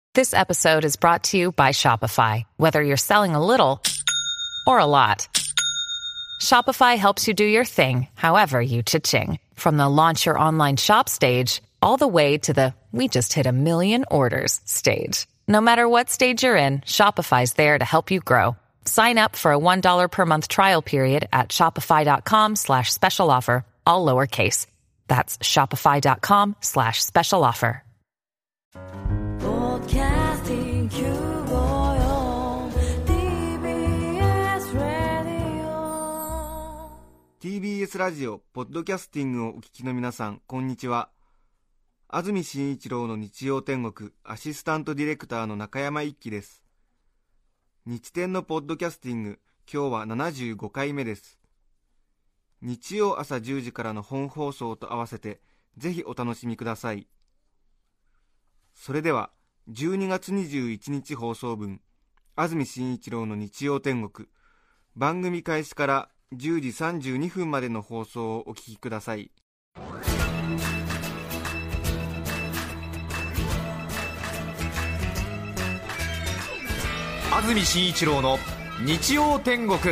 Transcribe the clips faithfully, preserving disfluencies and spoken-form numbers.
This episode is brought to you by Shopify. Whether you're selling a little or a lot, Shopify helps you do your thing, however you cha-ching. From the launch your online shop stage, all the way to the we just hit a million orders stage. No matter what stage you're in, Shopify's there to help you grow. Sign up for a one dollar per month trial period at shopify.com slash special offer, all lowercase. That's shopify.com slash special offer. ティービーエス ラジオポッドキャスティングをお聞きの皆さん、こんにちは。安住紳一郎の日曜天国アシスタントディレクターの中山一輝です。日天のポッドキャスティング、今日はななじゅうごかいめです。日曜朝じゅうじからの本放送と合わせてぜひお楽しみください。それではじゅうにがつにじゅういちにち放送分、安住紳一郎の日曜天国、番組開始からじゅうじさんじゅうにふんまでの放送をお聞きください。 安住紳一郎の日曜天国。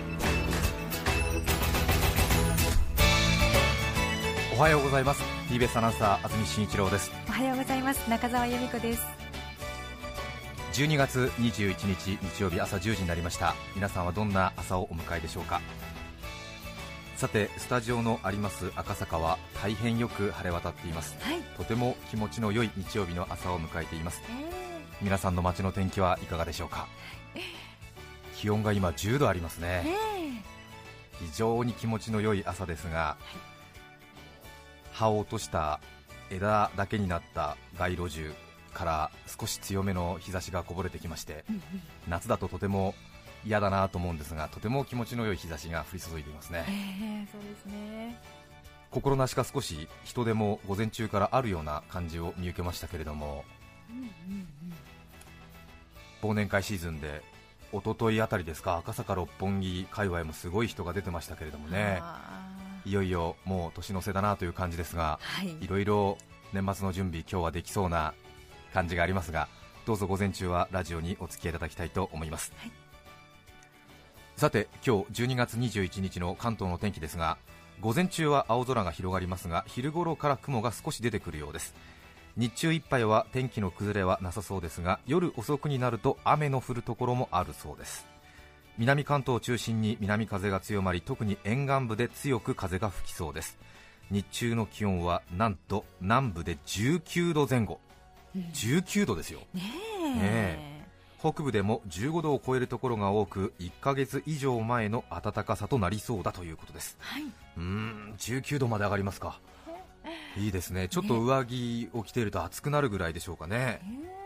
おはようございます。 ティービーエス アナウンサー安住紳一郎です。 おはようございます。中澤由美子です。 じゅうにがつにじゅういちにち日曜日朝じゅうじになりました。皆さんはどんな朝をお迎えでしょうか。さて、スタジオのあります赤坂は大変よく晴れ渡っています、はい、とても気持ちの良い日曜日の朝を迎えています、えー、皆さんの街の天気はいかがでしょうか。気温が今じゅうどありますね、えー、非常に気持ちの良い朝ですが、はい、葉を落とした枝だけになった街路樹から少し強めの日差しがこぼれてきまして、うんうん、夏だととても嫌だなと思うんですが、とても気持ちの良い日差しが降り注いでいますね、えー、そうですね。 心なしか少し人出も午前中からあるような感じを見受けましたけれども、うんうんうん、忘年会シーズンで一昨日あたりですか、赤坂六本木界隈もすごい人が出てましたけれどもね、いよいよもう年の瀬だなという感じですが、はい、いろいろ年末の準備今日はできそうな感じがありますが、どうぞ午前中はラジオにお付き合いいただきたいと思います、はい。さて、今日じゅうにがつにじゅういちにちの関東の天気ですが、午前中は青空が広がりますが、昼頃から雲が少し出てくるようです。日中いっぱいは天気の崩れはなさそうですが、夜遅くになると雨の降るところもあるそうです。南関東を中心に南風が強まり、特に沿岸部で強く風が吹きそうです。日中の気温はなんと南部でじゅうきゅうどぜん後、うん、じゅうきゅうどですよ、ねえ、ねえ、北部でもじゅうごどを超えるところが多く、いっかげつ以上前の暖かさとなりそうだということです、はい、うーんじゅうきゅうどまで上がりますか。いいですね。ちょっと上着を着ていると暑くなるぐらいでしょうかね。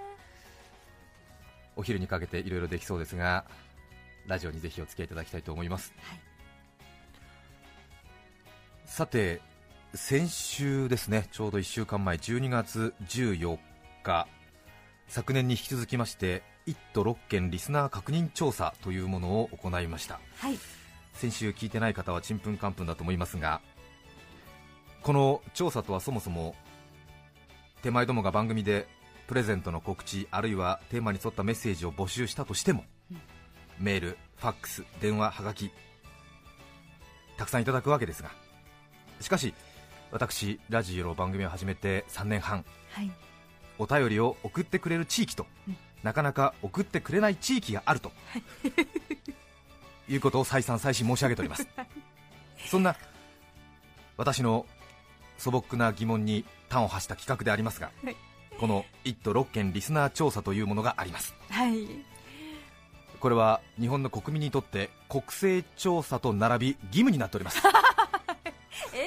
お昼にかけていろいろできそうですが、ラジオにぜひお付き合いいただきたいと思います、はい。さて、先週ですね、ちょうどいっしゅうかんまえじゅうにがつじゅうよっか、昨年に引き続きましていっとろっけんリスナー確認調査というものを行いました、はい、先週聞いてない方はちんぷんかんぷんだと思いますが、この調査とはそもそも手前どもが番組でプレゼントの告知、あるいはテーマに沿ったメッセージを募集したとしても、うん、メール、ファックス、電話、はがきたくさんいただくわけですが、しかし私ラジオの番組を始めてさんねんはん、はい、お便りを送ってくれる地域と、うん、なかなか送ってくれない地域があるということを再三再四申し上げておりますそんな私の素朴な疑問に端を発した企画でありますが、はい、このいっとろっけんリスナー調査というものがあります、はい、これは日本の国民にとって国勢調査と並び義務になっておりますえー、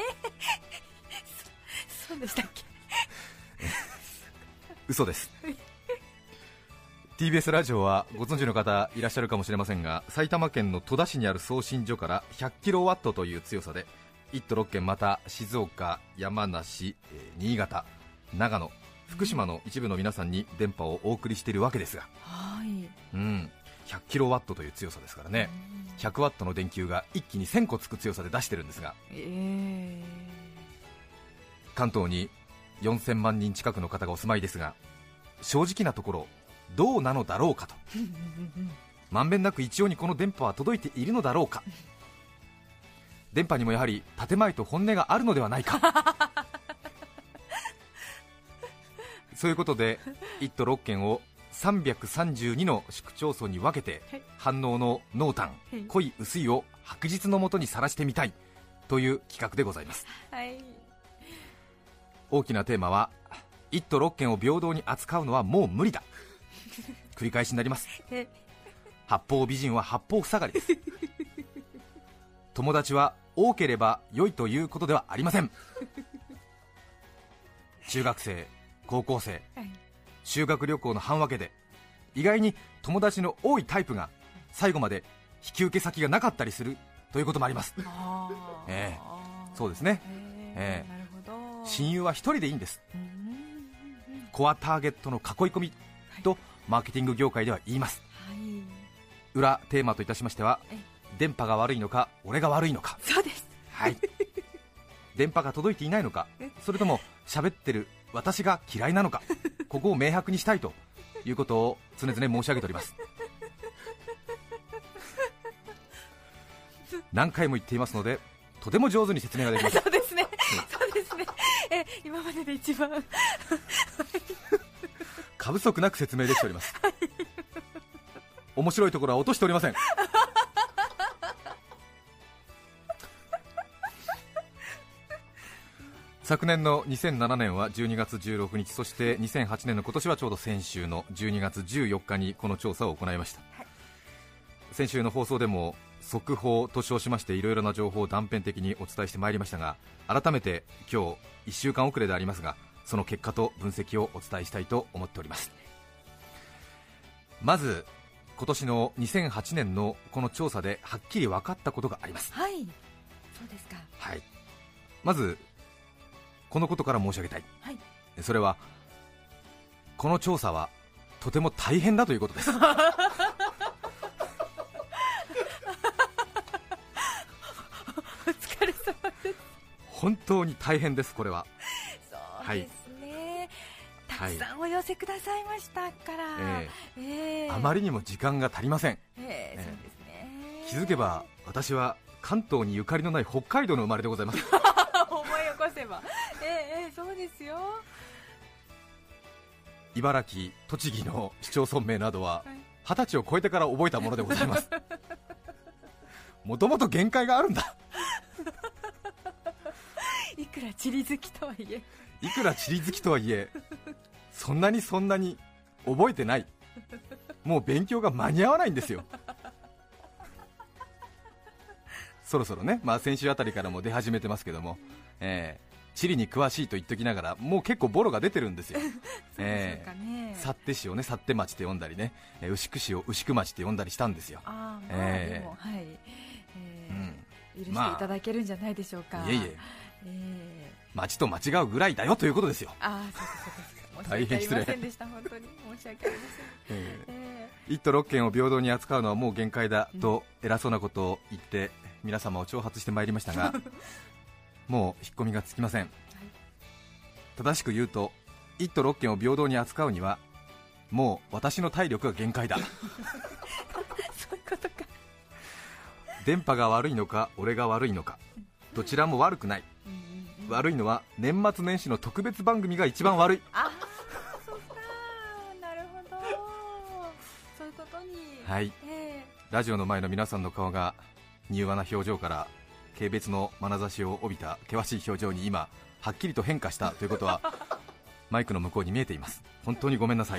そ, そうでしたっけ嘘です。ティービーエス ラジオはご存知の方いらっしゃるかもしれませんが、埼玉県の戸田市にある送信所からひゃくキロワットという強さでいっとろっけん、また静岡、山梨、新潟、長野、福島の一部の皆さんに電波をお送りしているわけですが、はい、うん、ひゃくキロワットという強さですからね、ひゃくワットの電球が一気にせんこつく強さで出してるんですが、えー、関東によんせんまんにん近くの方がお住まいですが、 正直なところどうなのだろうかとまんべんなく一様にこの電波は届いているのだろうか、電波にもやはり建前と本音があるのではないかそういうことでいっ都ろっ県をさんびゃくさんじゅうにの市区町村に分けて、はい、反応の濃淡、はい、濃い薄いを白日の下にさらしてみたいという企画でございます、はい、大きなテーマはいっ都ろっ県を平等に扱うのはもう無理だ繰り返しになります。八方美人は八方塞がりです友達は多ければ良いということではありません中学生、高校生、はい、修学旅行の半分けで意外に友達の多いタイプが最後まで引き受け先がなかったりするということもあります。あ、えー、そうですね、えー、なるほど。親友は一人でいいんです。コアターゲットの囲い込みと、はい、マーケティング業界では言います、はい、裏テーマといたしましては、電波が悪いのか俺が悪いのか。 そうです、 はい、電波が届いていないのか、それとも喋ってる私が嫌いなのか、ここを明白にしたいということを常々申し上げております何回も言っていますのでとても上手に説明ができます。 そうですね、そうですね、え今までで一番過不足なく説明できております面白いところは落としておりません昨年のにせんななねんはじゅうにがつじゅうろくにち、そしてにせんはちねんの今年はちょうど先週のじゅうにがつじゅうよっかにこの調査を行いました、はい、先週の放送でも速報と称しましていろいろな情報を断片的にお伝えしてまいりましたが、改めて今日いっしゅうかん遅れでありますがその結果と分析をお伝えしたいと思っております。まず今年のにせんはちねんのこの調査ではっきり分かったことがあります。 はい、そうですか。 はい、まずこのことから申し上げたい、はい、それはこの調査はとても大変だということですお疲れ様です。 本当に大変です。これはそうですね、はい、たくさんお寄せくださいましたから、えーえー、あまりにも時間が足りません、 えーえー、そうですね。 気づけば私は関東にゆかりのない北海道の生まれでございます思い起こせば、えーえー、そうですよ。 茨城、栃木の市町村名などは二十歳を超えてから覚えたものでございますもともと限界があるんだいくら地理好きとはいえいくら地理好きとはいえそんなにそんなに覚えてない。もう勉強が間に合わないんですよそろそろね、まあ、先週あたりからも出始めてますけども、えー、地理に詳しいと言っときながらもう結構ボロが出てるんですよえー、幸手市をね幸手町って読んだりね、えー、牛久市を牛久町って読んだりしたんですよ。 あ、まあ、えー、でも、はい、えーうん、許していただけるんじゃないでしょうか、まあ、 いえいえ、えー、町と間違うぐらいだよということですよ。 あ、そうですそうです大変失礼。申し訳ありませんでした。本当に申し訳ありません、 えーえー、いっ都ろっ県を平等に扱うのはもう限界だと偉そうなことを言って皆様を挑発してまいりましたがもう引っ込みがつきません、はい、正しく言うといっ都ろっ県を平等に扱うにはもう私の体力が限界だそういうことか。 電波が悪いのか俺が悪いのかどちらも悪くない、うんうん、悪いのは年末年始の特別番組が一番悪い。 あ、そうか、なるほど、そういうことに、 はい、えー、ラジオの前の皆さんの顔が柔和な表情から軽蔑の眼差しを帯びた険しい表情に今はっきりと変化したということはマイクの向こうに見えています。本当にごめんなさい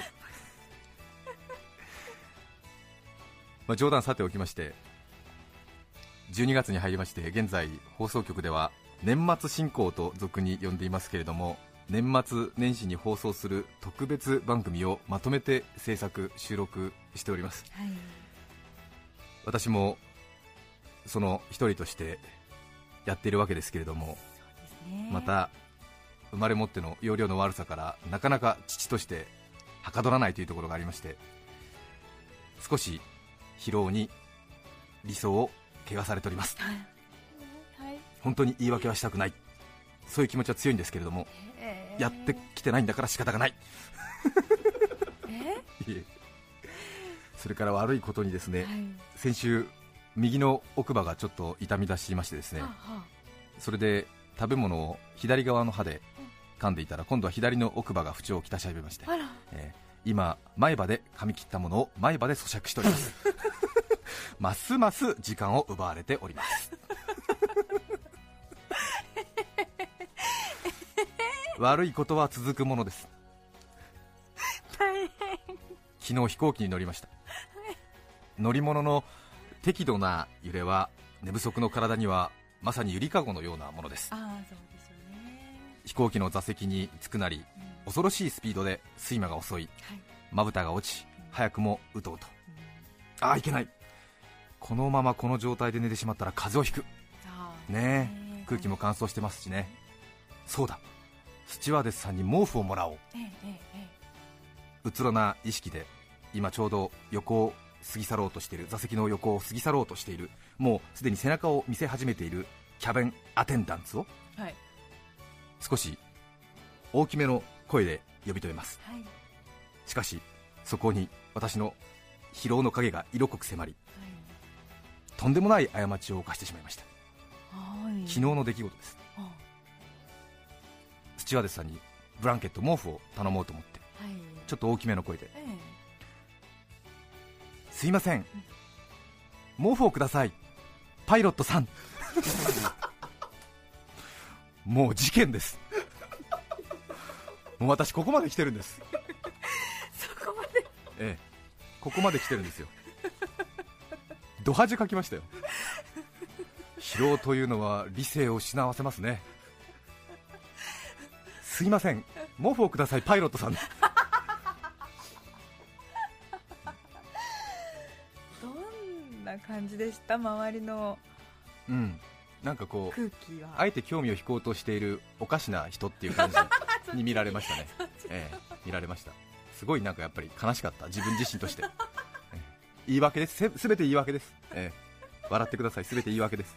まあ冗談さておきまして、じゅうにがつに入りまして現在放送局では年末進行と俗に呼んでいますけれども、年末年始に放送する特別番組をまとめて制作収録しております、はい、私もその一人としてやっているわけですけれども、そうですね、また生まれ持っての容量の悪さからなかなか父としてはかどらないというところがありまして、少し疲労に理想を汚されております、はいはい、本当に言い訳はしたくない、そういう気持ちは強いんですけれども、えー、やってきてないんだから仕方がないえそれから悪いことにですね、 はい、 先週右の奥歯がちょっと痛み出しましてですね、 はあはそれで食べ物を左側の歯で噛んでいたら今度は左の奥歯が不調をきたし始めまして、 あら、 えー、今前歯で噛み切ったものを前歯で咀嚼しておりますますます時間を奪われております悪いことは続くものです。 大変。 昨日飛行機に乗りました。乗り物の適度な揺れは寝不足の体にはまさにゆりかごのようなものです。 ああ、そうでしょうね。 飛行機の座席につくなり、うん、恐ろしいスピードで睡魔が襲い、まぶたが落ち、早くもうとうと、うん、ああいけない、このままこの状態で寝てしまったら風邪をひくねえ、空気も乾燥してますしね。そうだ、スチュワーデスさんに毛布をもらおう。ええええ、うつろな意識で今ちょうど横を過ぎ去ろうとしている、座席の横を過ぎ去ろうとしている、もうすでに背中を見せ始めているキャビンアテンダンツを、はい、少し大きめの声で呼び止めます、はい、しかしそこに私の疲労の影が色濃く迫り、はい、とんでもない過ちを犯してしまいました、はい、昨日の出来事です。スチュワーデスさんにブランケット、毛布を頼もうと思って、はい、ちょっと大きめの声で、ええ、すいません、毛布をください、パイロットさんもう事件です。もう私ここまで来てるんです。 そこまで、 ええ、ここまで来てるんですよ。ド恥かきましたよ。疲労というのは理性を失わせますね。すいません、毛布をください、パイロットさん。どんな感じでした、周りの。 うん、なんかこう空気はあえて興味を引こうとしているおかしな人っていう感じに見られましたね。ええ、見られました。すごいなんかやっぱり悲しかった、自分自身として。ええ、言い訳です、すべて言い訳です、ええ、笑ってください、すべて言い訳です。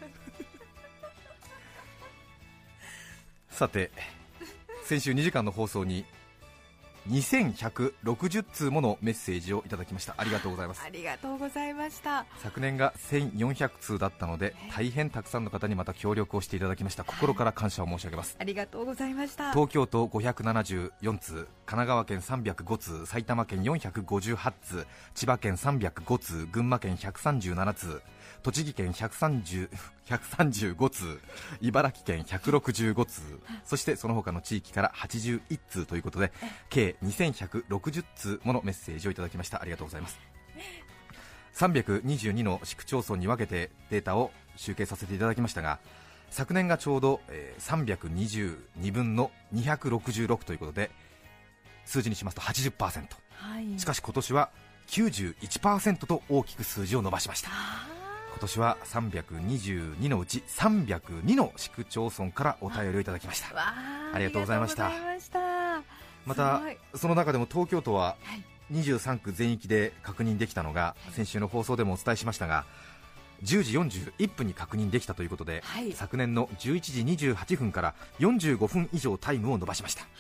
さて、先週にじかんの放送ににせんひゃくろくじゅっつうものメッセージをいただきました。ありがとうございます。 ありがとうございました。 昨年がせんよんひゃくつうだったので、大変たくさんの方にまた協力をしていただきました。心から感謝を申し上げます。 ありがとうございました。 東京都ごひゃくななじゅうよんつう、神奈川県さんびゃくごつう、埼玉県よんひゃくごじゅうはちつう、千葉県さんびゃくごつう、群馬県ひゃくさんじゅうななつう、栃木県ひゃくさんじゅう、ひゃくさんじゅうごつう、茨城県ひゃくろくじゅうごつう、そしてその他の地域からはちじゅういっつうということで、計にせんひゃくろくじゅっつうものメッセージをいただきました。ありがとうございます。さんびゃくにじゅうにの市区町村に分けてデータを集計させていただきましたが、昨年がちょうど、えー、さんびゃくにじゅうにぶんのにひゃくろくじゅうろくということで、数字にしますと はちじゅっパーセント、はい、しかし今年は きゅうじゅういちパーセント と大きく数字を伸ばしました。今年はさんびゃくにじゅうにのうちさんびゃくにの市区町村からお便りをいただきました。ありがとうございました。またその中でも東京都はにじゅうさんく全域で確認できたのが、先週の放送でもお伝えしましたが、じゅうじよんじゅういっぷんに確認できたということで、はい、昨年のじゅういちじにじゅうはっぷんからよんじゅうごふん以上タイムを伸ばしました、はい、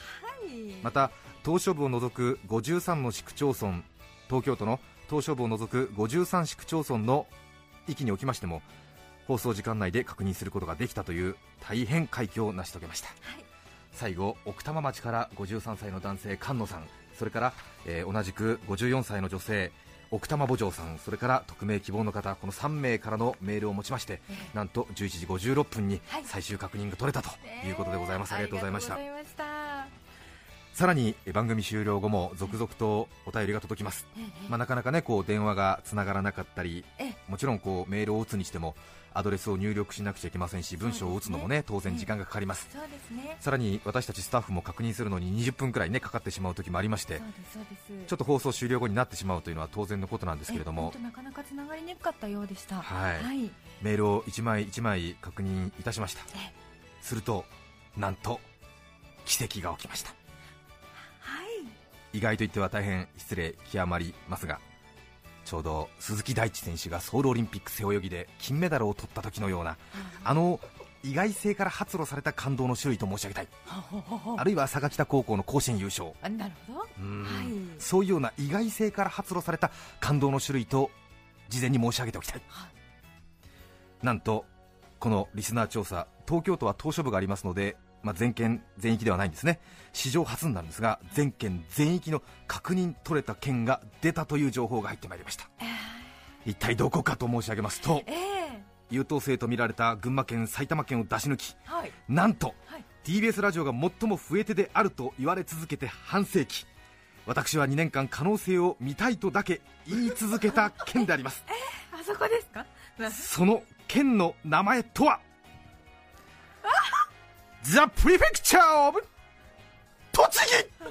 また島しょ部を除くごじゅうさんの市区町村、東京都の島しょ部を除くごじゅうさん市区町村の域におきましても放送時間内で確認することができたという大変快挙を成し遂げました、はい、最後奥多摩町からごじゅうさんさいの男性菅野さん、それから、えー、同じくごじゅうよんさいの女性奥多摩母嬢さん、それから匿名希望の方、このさんめいからのメールを持ちまして、えー、なんとじゅういちじごじゅうろっぷんに最終確認が取れたということでございます、はい、ありがとうございました。さらに番組終了後も続々とお便りが届きます、ええ、まあ、なかなかねこう電話がつながらなかったり、もちろんこうメールを打つにしてもアドレスを入力しなくちゃいけませんし、文章を打つのもね当然時間がかかります、そうですね、さらに私たちスタッフも確認するのににじゅっぷんくらいねかかってしまう時もありまして、そうですそうです、ちょっと放送終了後になってしまうというのは当然のことなんですけれども、 なかなかつながりにくかったようでした、 はいはい、メールをいちまいいちまい確認いたしました。するとなんと奇跡が起きました。意外と言っては大変失礼極まりますが、ちょうど鈴木大地選手がソウルオリンピック背泳ぎで金メダルを取った時のような、あの意外性から発露された感動の種類と申し上げたい。あるいは佐賀北高校の甲子園優勝、 あ、なるほど、 うん、 はい、 そういうような意外性から発露された感動の種類と事前に申し上げておきたい、はい、なんとこのリスナー調査、東京都は島しょ部がありますので、まあ、全県全域ではないんですね。史上初になるんですが、全県全域の確認取れた県が出たという情報が入ってまいりました、えー、一体どこかと申し上げますと、えー、優等生と見られた群馬県埼玉県を出し抜き、はい、なんと、はい、ティービーエス ラジオが最も増え手であると言われ続けて半世紀、私はにねんかん可能性を見たいとだけ言い続けた県でありますえー、あそこですか。 その県の名前とはザ・プリフェクチャー・オブ・栃木そうで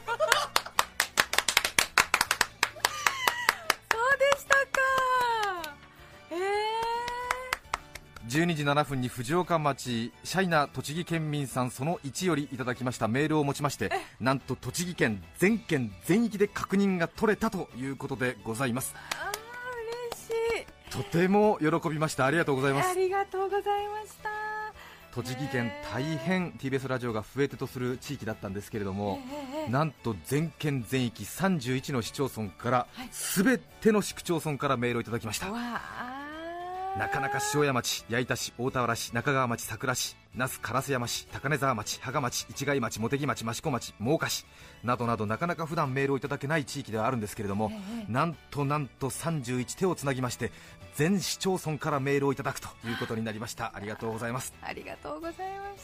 したか。えー、 じゅうにじななふんに藤岡町シャイな栃木県民さんそのいちよりいただきましたメールをもちまして、なんと栃木県全県全域で確認が取れたということでございます。 あー、嬉しい。 とても喜びました。ありがとうございます。 ありがとうございました。 栃木県大変 ティービーエス ラジオが増え手とする地域だったんですけれども、なんと全県全域さんじゅういちの市町村から全ての市区町村からメールをいただきました。なかなか塩谷町、矢板市、大田原市、中川町、佐倉市、那須烏山市、高根沢町、芳賀町、市貝町、茂木町、益子町、真岡市などなど、なかなか普段メールをいただけない地域ではあるんですけれども、なんとなんとさんじゅういち手をつなぎまして全市町村からメールをいただくということになりました。ありがとうございます。 ありがとうございました。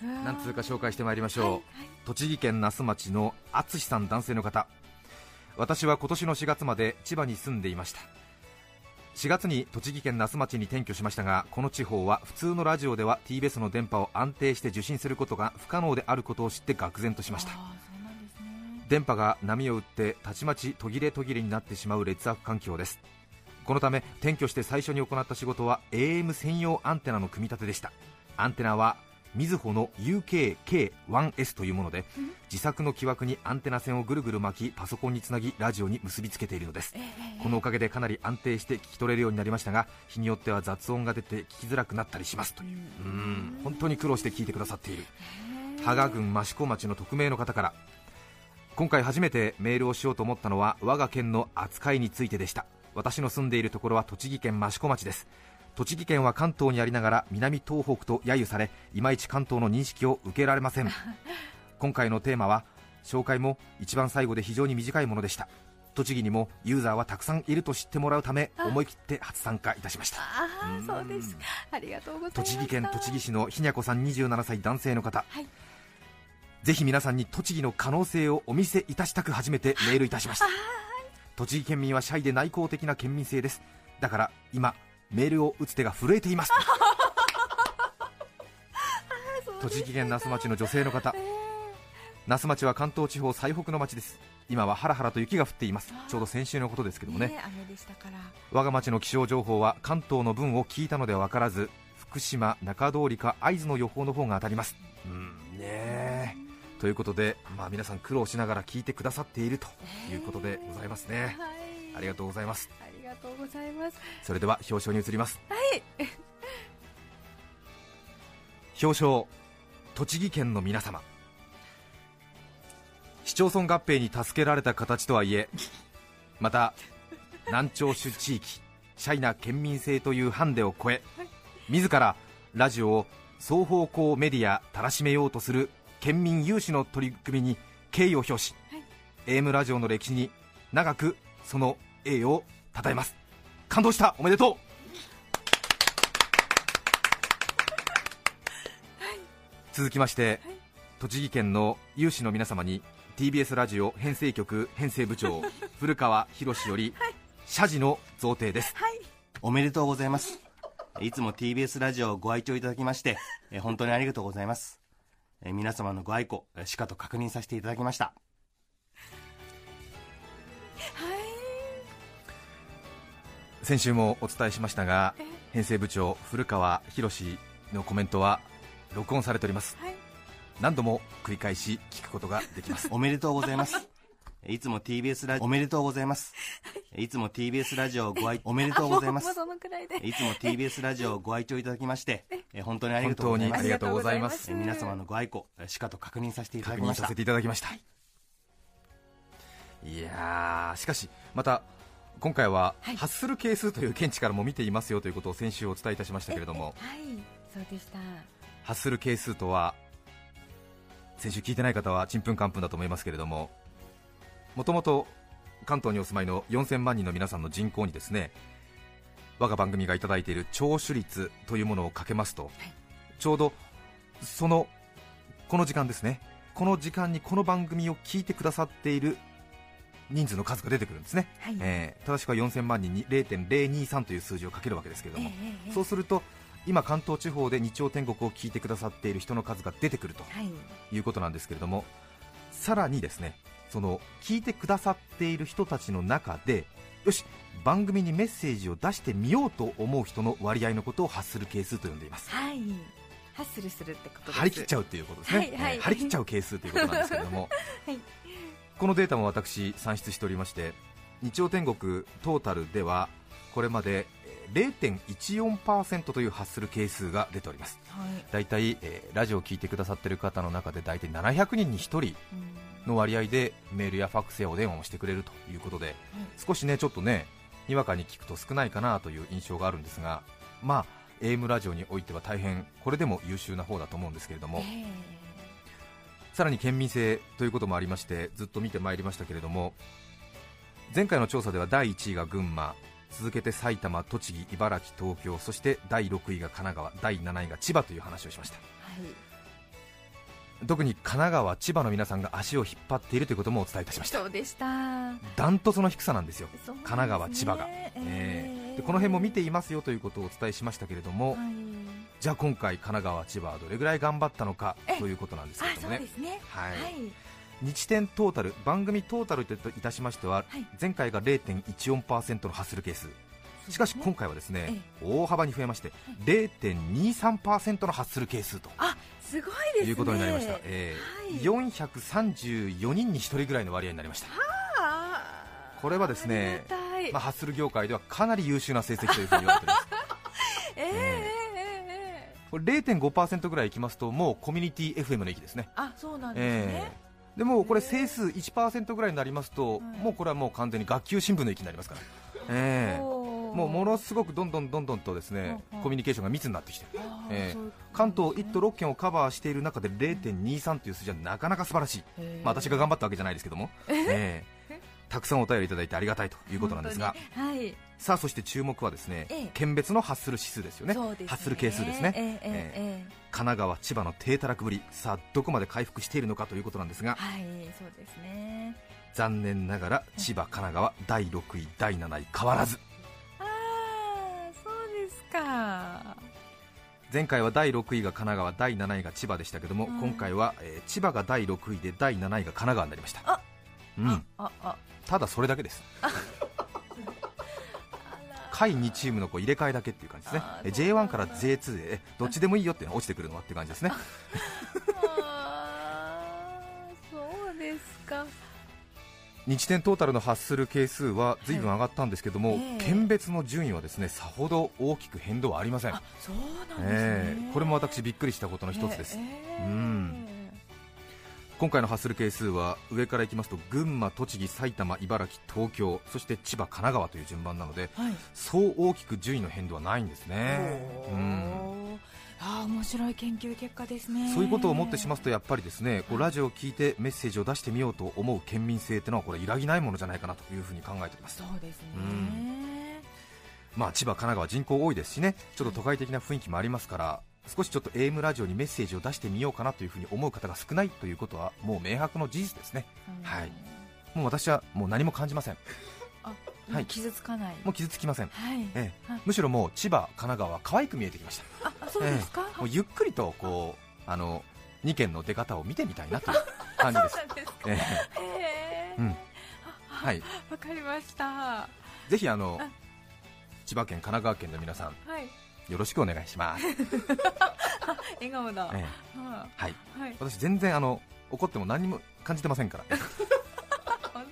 何通か紹介してまいりましょう、はいはい、栃木県那須町の淳さん、男性の方。私は今年のしがつまで千葉に住んでいました。しがつに栃木県那須町に転居しましたが、この地方は普通のラジオでは ティービーエス の電波を安定して受信することが不可能であることを知って愕然としました。電波が波を打ってたちまち途切れ途切れになってしまう劣悪環境です。このため転居して最初に行った仕事は エーエム 専用アンテナの組み立てでした。アンテナはみずほの ユーケーケーワンエス というもので、自作の木枠にアンテナ線をぐるぐる巻き、パソコンにつなぎラジオに結びつけているのです。このおかげでかなり安定して聞き取れるようになりましたが、日によっては雑音が出て聞きづらくなったりしますという、うーん本当に苦労して聞いてくださっている芳賀郡益子町の匿名の方から、今回初めてメールをしようと思ったのは我が県の扱いについてでした。私の住んでいるところは栃木県益子町です。栃木県は関東にありながら南東北と揶揄され、いまいち関東の認識を受けられません今回のテーマは紹介も一番最後で非常に短いものでした。栃木にもユーザーはたくさんいると知ってもらうため思い切って初参加いたしました。 ああ、そうです。ありがとうございます。 栃木県栃木市のひにゃこさん、にじゅうななさい男性の方、はい、ぜひ皆さんに栃木の可能性をお見せいたしたく初めてメールいたしました。栃木県民はシャイで内向的な県民性です。だから今メールを打つ手が震えています栃木県那須町の女性の方、那須町は関東地方最北の町です。今はハラハラと雪が降っています。ちょうど先週のことですけどもね、 雨でしたから。 我が町の気象情報は関東の分を聞いたのでは分からず、福島、中通りか会津の予報の方が当たります。うんねということで、まあ、皆さん苦労しながら聞いてくださっているということでございますね、はい、ありがとうございます。 ありがとうございます。 それでは表彰に移ります。 はい表彰、栃木県の皆様、市町村合併に助けられた形とはいえ、また南長州地域シャイな県民性というハンデを超え、自らラジオを双方向メディアたらしめようとする県民有志の取り組みに敬意を表し、はい、エーエム ラジオの歴史に長くその栄誉を称えます。感動した、おめでとう、はい、続きまして、はい、栃木県の有志の皆様に ティービーエス ラジオ編成局編成部長古川博より、はい、謝辞の贈呈です、 はい、おめでとうございます。いつも ティービーエス ラジオをご愛聴いただきまして本当にありがとうございます。皆様のご愛顧しかと確認させていただきました。 先週もお伝えしましたが、編成部長古川博のコメントは録音されております、はい、何度も繰り返し聞くことができますおめでとうございますいつも ティービーエス ラジオおめでとうございます。いつも ティービーエス ラジオご愛おめでとうございます。 もうそのくらいでいつも ティービーエス ラジオをご愛聴いただきましてえ本当にありがとうございます。 本当にありがとうございます。 え皆様のご愛顧しかと確認させていただきました。 確認させていただきました。いやー、しかしまた今回は発する係数という見地からも見ていますよということを先週お伝えいたしましたけれども、 はい、そうでした。 発する係数とは、先週聞いてない方はちんぷんかんぷんだと思いますけれども、もともと関東にお住まいのよんせんまんにんの皆さんの人口にですね、我が番組がいただいている聴取率というものをかけますと、はい、ちょうどそのこの時間ですね、この時間にこの番組を聞いてくださっている人数の数が出てくるんですね、はい、えー、正しくはよんせんまんにんに ゼロてんゼロにさん という数字をかけるわけですけれども、えー、そうすると今関東地方で日曜天国を聞いてくださっている人の数が出てくるということなんですけれども、はい、さらにですね、その聞いてくださっている人たちの中で、よし番組にメッセージを出してみようと思う人の割合のことを発する係数と呼んでいます。 はい、発するするってことです。 張り切っちゃうということですね、はいはい、えー、張り切っちゃう係数ということなんですけれども、はい、このデータも私算出しておりまして、日曜天国トータルではこれまで ゼロてんいちよんパーセント という発する係数が出ております、はい、だいたい、えー、ラジオを聞いてくださっている方の中でだいたいななひゃくにんにひとりの割合でメールやファックスやお電話をしてくれるということで、うん、少しねちょっとねにわかに聞くと少ないかなという印象があるんですが、まあ エーエム ラジオにおいては大変これでも優秀な方だと思うんですけれども、えー、さらに県民性ということもありましてずっと見てまいりましたけれども、前回の調査ではだいいちいが群馬、続けて埼玉、栃木、茨城、東京、そしてだいろくいが神奈川、だいなないが千葉という話をしました、はい、特に神奈川、千葉の皆さんが足を引っ張っているということもお伝えいたしました。 そうでした。 ダントツの低さなんですよ、 ですね、 神奈川、千葉が、えーえー、でこの辺も見ていますよということをお伝えしましたけれども、はい、じゃあ今回神奈川、千葉はどれぐらい頑張ったのかということなんですけれどもね。 そうですね、 はい、はい、日天トータル、番組トータルといたしましては、はい、前回が ゼロてんいちよんパーセント の発する係数、しかし今回はですね、ええ、大幅に増えまして、はい、ゼロてんにさんパーセント の発する係数とあすごいですね、 いうことになりました、えーはい、よんひゃくさんじゅうよにんにひとりぐらいの割合になりました。はこれはですね、まあ、発する業界ではかなり優秀な成績というふうに言われていますえー、えー、これ ゼロてんごパーセント ぐらいいきますともうコミュニティ エフエム の域ですね。 あそうなんですね、えー、 でもこれ整数 いちパーセント ぐらいになりますと、もうこれはもう完全に学級新聞の域になりますから、えーもうものすごくどんどんどんどんとですねコミュニケーションが密になってきて、えー、関東いっ都ろっけんをカバーしている中で ゼロてんにさん という数字はなかなか素晴らしい、まあ、私が頑張ったわけじゃないですけども、えー、たくさんお便りいただいてありがたいということなんですが、はい、さあそして注目はですね、ええ、県別の発する指数ですよ ね, ですね発する係数ですね、ええええ、神奈川、千葉の低たらくぶり、さあどこまで回復しているのかということなんですが、 はいそうですね、 残念ながら千葉、神奈川だいろくい、だいなない変わらず。前回はだいろくいが神奈川、だいなないが千葉でしたけども、うん、今回は、えー、千葉がだいろくいでだいなないが神奈川になりました。あ、うん、ああただそれだけです下位にチームのこう入れ替えだけっていう感じですね。え ジェイワン から ジェイツー でどっちでもいいよって落ちてくるのはっていう感じですねあそうですか。 日天トータルの発する係数は随分上がったんですけども、はいえー、県別の順位はですねさほど大きく変動はありません。あそうなんですね、 えー、これも私びっくりしたことの一つです、えーえー、うん今回の発する係数は上からいきますと群馬、栃木、埼玉、茨城、東京、そして千葉、神奈川という順番なので、はい、そう大きく順位の変動はないんですね。うんあ面白い研究結果ですね。 そういうことを思ってしますとやっぱりですねこうラジオを聞いてメッセージを出してみようと思う県民性というのはこれ揺らぎないものじゃないかなというふうに考えています。 そうですね、 うんまあ、千葉、神奈川人口多いですしねちょっと都会的な雰囲気もありますから、はい、少しちょっと エーエム ラジオにメッセージを出してみようかなというふうに思う方が少ないということはもう明白の事実ですね、はい、もう私はもう何も感じません。 あはい、傷つかないもう傷つきません、 はいええ、むしろもう千葉、神奈川は可愛く見えてきました。 あそうですか、 ええ、もうゆっくりとこうあのにけんの出方を見てみたいなという感じです。 そうなんですか、 ええへえ、 うんはい、 わかりました。 ぜひあの千葉県、神奈川県の皆さん、はい、よろしくお願いします笑顔だ、 ええはいはい、私全然あの怒っても何も感じてませんから本当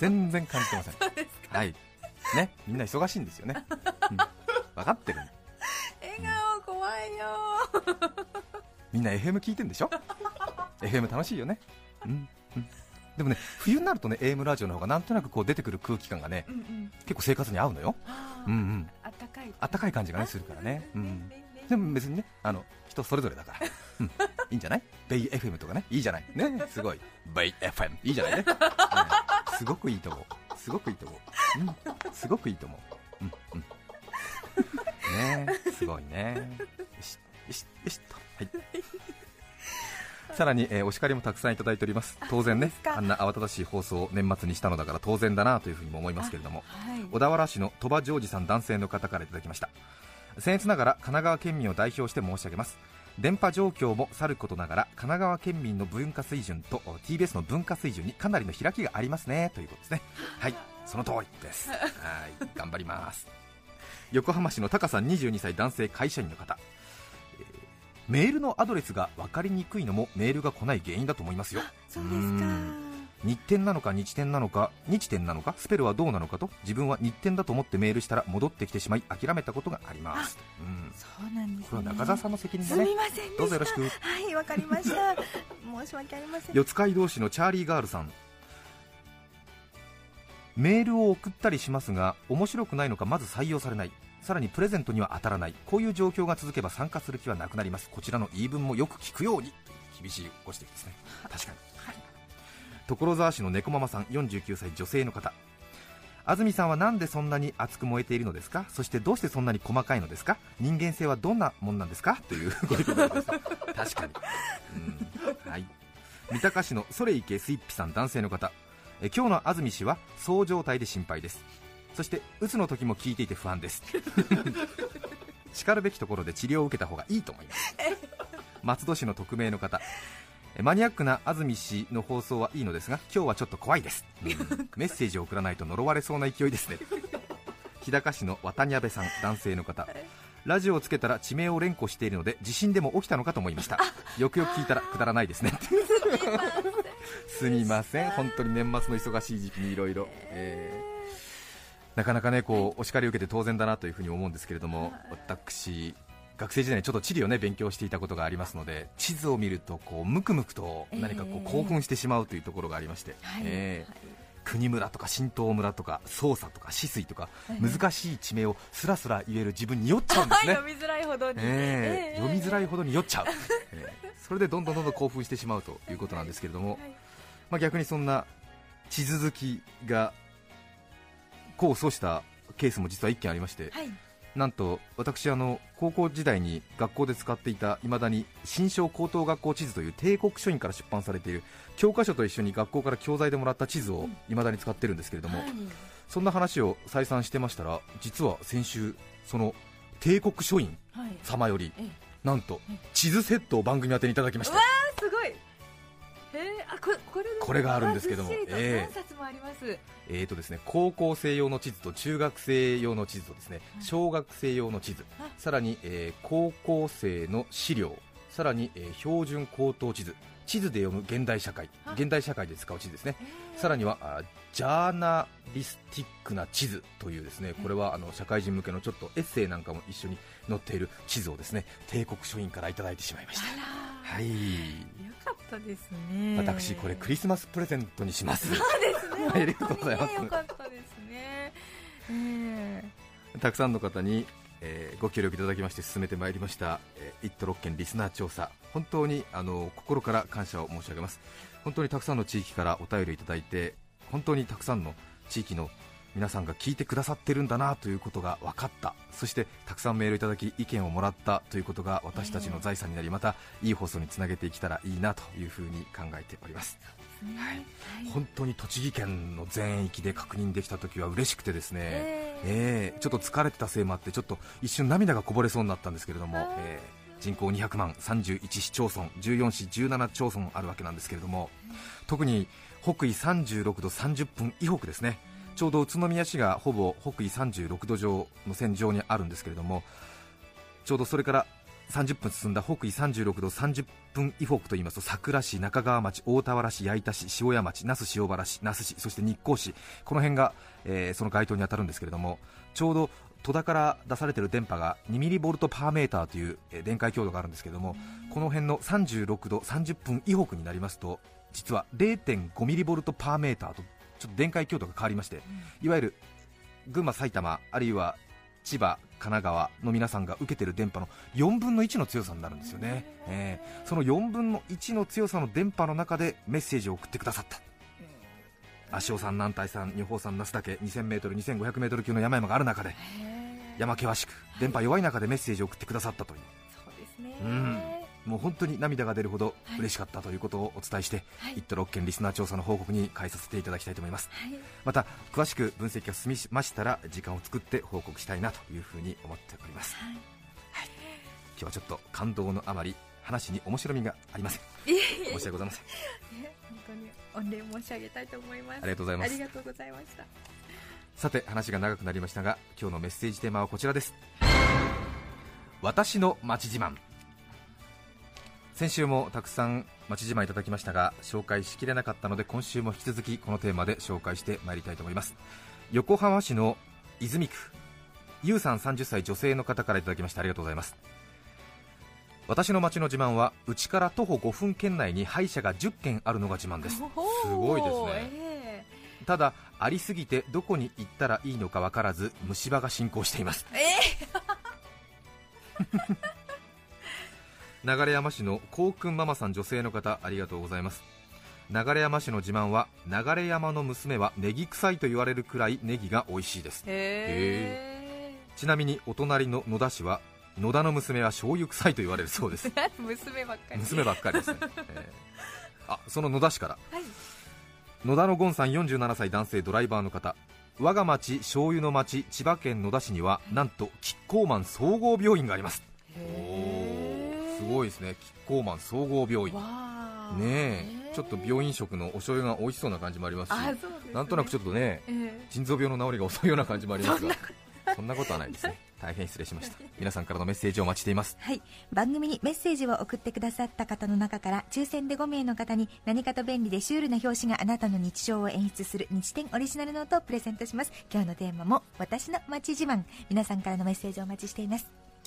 全然感じてません。 そうですか。 はいね、みんな忙しいんですよね、うん、分かってる。 笑顔怖いよ。 みんな エフエム 聞いてんでしょエフエム 楽しいよね、うんうん、でもね冬になるとね エーエム ラジオの方がなんとなくこう出てくる空気感がね、うんうん、結構生活に合うのよ、うんうん、あったかいあったかい感じがねするからね、うん、でも別にねあの人それぞれだから、うん、いいんじゃない。ベイ エフエム とかねいいじゃないね、すごいベイ エフエム いいじゃないね、うん、すごくいいと思う、すごくいいと思う、うん、すごくいいと思う、うんうんね、すごいね。よしよしよしと、はいさらに、えー、お叱りもたくさんいただいております。当然ね、 あ, あんな慌ただしい放送を年末にしたのだから当然だなというふうにも思いますけれども、はい、小田原市の鳥羽ジョージさん男性の方からいただきました。僭越ながら神奈川県民を代表して申し上げます。電波状況もさることながら神奈川県民の文化水準と ティービーエス の文化水準にかなりの開きがありますねということですね。はい、その通りです。はい、頑張ります。横浜市のタカさんにじゅうにさい男性会社員の方、えー、メールのアドレスが分かりにくいのもメールが来ない原因だと思いますよ。 そうですか。 日天なのか日天なのか日天なのかスペルはどうなのかと自分は日天だと思ってメールしたら戻ってきてしまい諦めたことがあります。うん、そうなんですね。これは中澤さんの責任だね。 すみませんでした。 どうぞよろしく。 はい、わかりました申し訳ありません。 四街道市のチャーリーガールさん、メールを送ったりしますが面白くないのかまず採用されない、さらにプレゼントには当たらない、こういう状況が続けば参加する気はなくなります。こちらの言い分もよく聞くようにという厳しいご指摘ですね。確かに、はい、所沢市の猫ママさんよんじゅうきゅうさい女性の方、安住さんはなんでそんなに熱く燃えているのですか、そしてどうしてそんなに細かいのですか、人間性はどんなもんなんですかというご意見です。確かに、うん、はい、三鷹市のそれいけスイッピさん男性の方、え今日の安住氏はそう状態で心配です。そしてうつの時も聞いていて不安です。しかるべきところで治療を受けた方がいいと思います。松戸市の匿名の方、マニアックな安住氏の放送はいいのですが今日はちょっと怖いです、うん、メッセージを送らないと呪われそうな勢いですね。日高市の渡辺さん男性の方、ラジオをつけたら地名を連呼しているので地震でも起きたのかと思いました。よくよく聞いたらくだらないですね。すみません、本当に年末の忙しい時期にいろいろなかなかねこうお叱りを受けて当然だなというふうに思うんですけれども、私学生時代にちょっと地理をね勉強していたことがありますので、地図を見るとこうムクムクと何かこう興奮してしまうというところがありまして、えーはい、国村とか新東村とか匝瑳とか止水とか難しい地名をスラスラ言える自分に酔っちゃうんですね。 読みづらいほどに、 えー、読みづらいほどに酔っちゃう、えー、それでどんどんどんどん興奮してしまうということなんですけれども、まあ、逆にそんな地図好きが功を奏したケースも実はいっけんありまして、はい、なんと私あの高校時代に学校で使っていたいまだに新章高等学校地図という帝国書院から出版されている教科書と一緒に学校から教材でもらった地図をいまだに使ってるんですけれども、はい、そんな話を再三してましたら、実は先週その帝国書院様より、はい、なんと地図セットを番組宛てにいただきました。 わーすごい。えー、あ こ, こ, れこれがあるんですけども、 えー、何冊もあります。 えーとですね、高校生用の地図と中学生用の地図とですね、小学生用の地図、さらに、えー、高校生の資料、さらに、えー、標準高等地図、地図で読む現代社会、現代社会で使う地図ですね、さらにはあジャーナリスティックな地図というですね、これはあの社会人向けのちょっとエッセイなんかも一緒に載っている地図をですね、帝国書院からいただいてしまいました。はい、 よかったですね。 私これクリスマスプレゼントにします。 そうですね。 ありがとうございます。 よかったですね。えー、たくさんの方に、えー、ご協力いただきまして進めてまいりました、えー、いっ都ろっけんリスナー調査、本当にあの心から感謝を申し上げます。本当にたくさんの地域からお便りいただいて、本当にたくさんの地域の皆さんが聞いてくださってるんだなということが分かった。そしてたくさんメールいただき意見をもらったということが私たちの財産になり、またいい放送につなげていけたらいいなというふうに考えております。はい、本当に栃木県の全域で確認できたときは嬉しくてですね、えー、ちょっと疲れてたせいもあってちょっと一瞬涙がこぼれそうになったんですけれども、えー、人口にひゃくまん、さんじゅういち市町村、じゅうよん市じゅうなな町村あるわけなんですけれども、特に北緯さんじゅうろくどさんじゅっぷん以北ですね、ちょうど宇都宮市がほぼ北緯さんじゅうろくど上の線上にあるんですけれども、ちょうどそれからさんじゅっぷん進んだ北緯さんじゅうろくどさんじゅっぷん以北といいますと、佐倉市、中川町、大田原市、矢板市、塩谷町、那須塩原市、那須市、そして日光市、この辺が、えー、その該当に当たるんですけれども、ちょうど戸田から出されている電波がにミリボルトパーメーターという、えー、電解強度があるんですけれども、この辺のさんじゅうろくどさんじゅっぷん以北になりますと、実は れいてんごミリボルトパーメーターとちょっと電解強度が変わりまして、いわゆる群馬、埼玉、あるいは千葉、神奈川の皆さんが受けている電波のよんぶんのいちの強さになるんですよね、えー、そのよんぶんのいちの強さの電波の中でメッセージを送ってくださった。足尾山、南大山、女峰山、那須岳、にせんメートル、にせんごひゃくメートル級の山々がある中で、山険しく電波弱い中でメッセージを送ってくださったという、 そうですね、 うん、もう本当に涙が出るほど嬉しかったということをお伝えして、はい、いっ都ろっけんリスナー調査の報告に変えさせていただきたいと思います、はい、また詳しく分析が進みましたら時間を作って報告したいなというふうに思っております、はいはい、今日はちょっと感動のあまり話に面白みがありません。申し訳ございません。 本当に御礼申し上げたいと思います。 ありがとうございます。 ありがとうございました。 さて話が長くなりましたが、今日のメッセージテーマはこちらです。私の町自慢。先週もたくさん町自慢いただきましたが、紹介しきれなかったので、今週も引き続きこのテーマで紹介してまいりたいと思います。横浜市の泉区、ゆうさんさんじゅっさい女性の方からいただきました。ありがとうございます。私の町の自慢は、うちから徒歩ごふん圏内に歯医者がじゅっけんあるのが自慢です。すごいですね、えー、ただありすぎてどこに行ったらいいのか分からず虫歯が進行しています、えー、流山市のこうくんママさん、女性の方、ありがとうございます。流山市の自慢は、流山の娘はネギ臭いと言われるくらいネギが美味しいです。へー。ちなみにお隣の野田市は、野田の娘は醤油臭いと言われるそうです。 娘ばっかり娘ばっかりですね、えー、あ、その野田市から、はい、野田のゴンさん、よんじゅうななさい男性ドライバーの方。我が町、醤油の町、千葉県野田市にはなんとキッコーマン総合病院があります。おー、すごいですね。キッコーマン総合病院ねえ、ちょっと病院食のお醤油が美味しそうな感じもありますし、す、ね、なんとなくちょっとね、えー、腎臓病の治りが遅いような感じもありますが、そんなことはないですね。大変失礼しました。皆さんからのメッセージをお待ちしています。 はい、番組にメッセージを送ってくださった方の中から抽選でごめいの方に、何かと便利でシュールな表紙があなたの日常を演出する日展オリジナルノートをプレゼントします。今日のテーマも私の町自慢。皆さんからのメッセージをお待ちしています。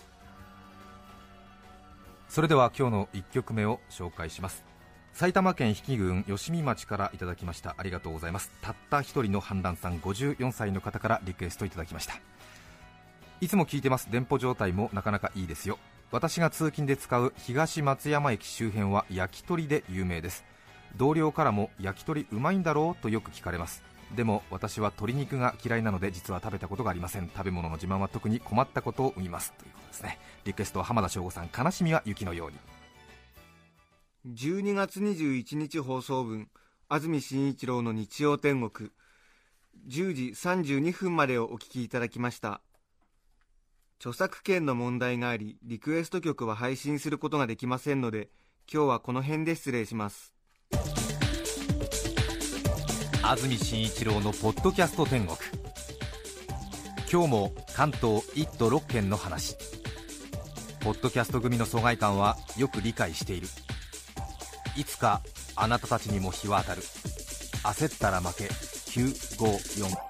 それでは今日のいっきょくめを紹介します。埼玉県比企郡吉見町からいただきました。ありがとうございます。たった一人の反乱さん、ごじゅうよんさいの方からリクエストいただきました。いつも聞いてます。電波状態もなかなかいいですよ。私が通勤で使う東松山駅周辺は焼き鳥で有名です。同僚からも焼き鳥うまいんだろうとよく聞かれます。でも私は鶏肉が嫌いなので実は食べたことがありません。食べ物の自慢は特に困ったことを生みます、ということですね。リクエストは浜田省吾さん、悲しみは雪のように。 じゅうにがつにじゅういちにち放送分、安住紳一郎の日曜天国、じゅうじさんじゅうにふんまでをお聞きいただきました。著作権の問題があり、リクエスト曲は配信することができませんので、今日はこの辺で失礼します。 安住紳一郎のポッドキャスト天国。今日も関東いっ都ろっけんの話。ポッドキャスト組の疎外感はよく理解している。いつかあなたたちにも日は当たる。焦ったら負け。きゅうごよん。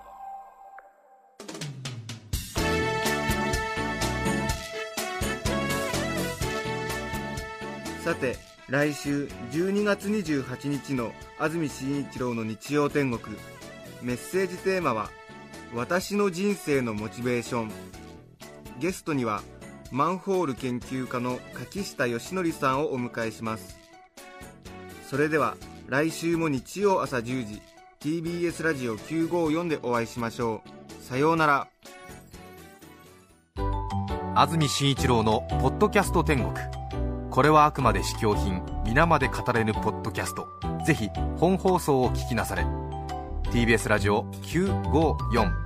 さて、来週じゅうにがつにじゅうはちにちの安住紳一郎の日曜天国、メッセージテーマは私の人生のモチベーション。ゲストにはマンホール研究家の柿下義則さんをお迎えします。それでは来週も日曜朝じゅうじ ティービーエス ラジオきゅうごよんでお会いしましょう。さようなら。 安住紳一郎のポッドキャスト天国。これはあくまで試供品、皆まで語れぬポッドキャスト。ぜひ本放送を聞きなされ。 ティービーエス ラジオきゅうごよん。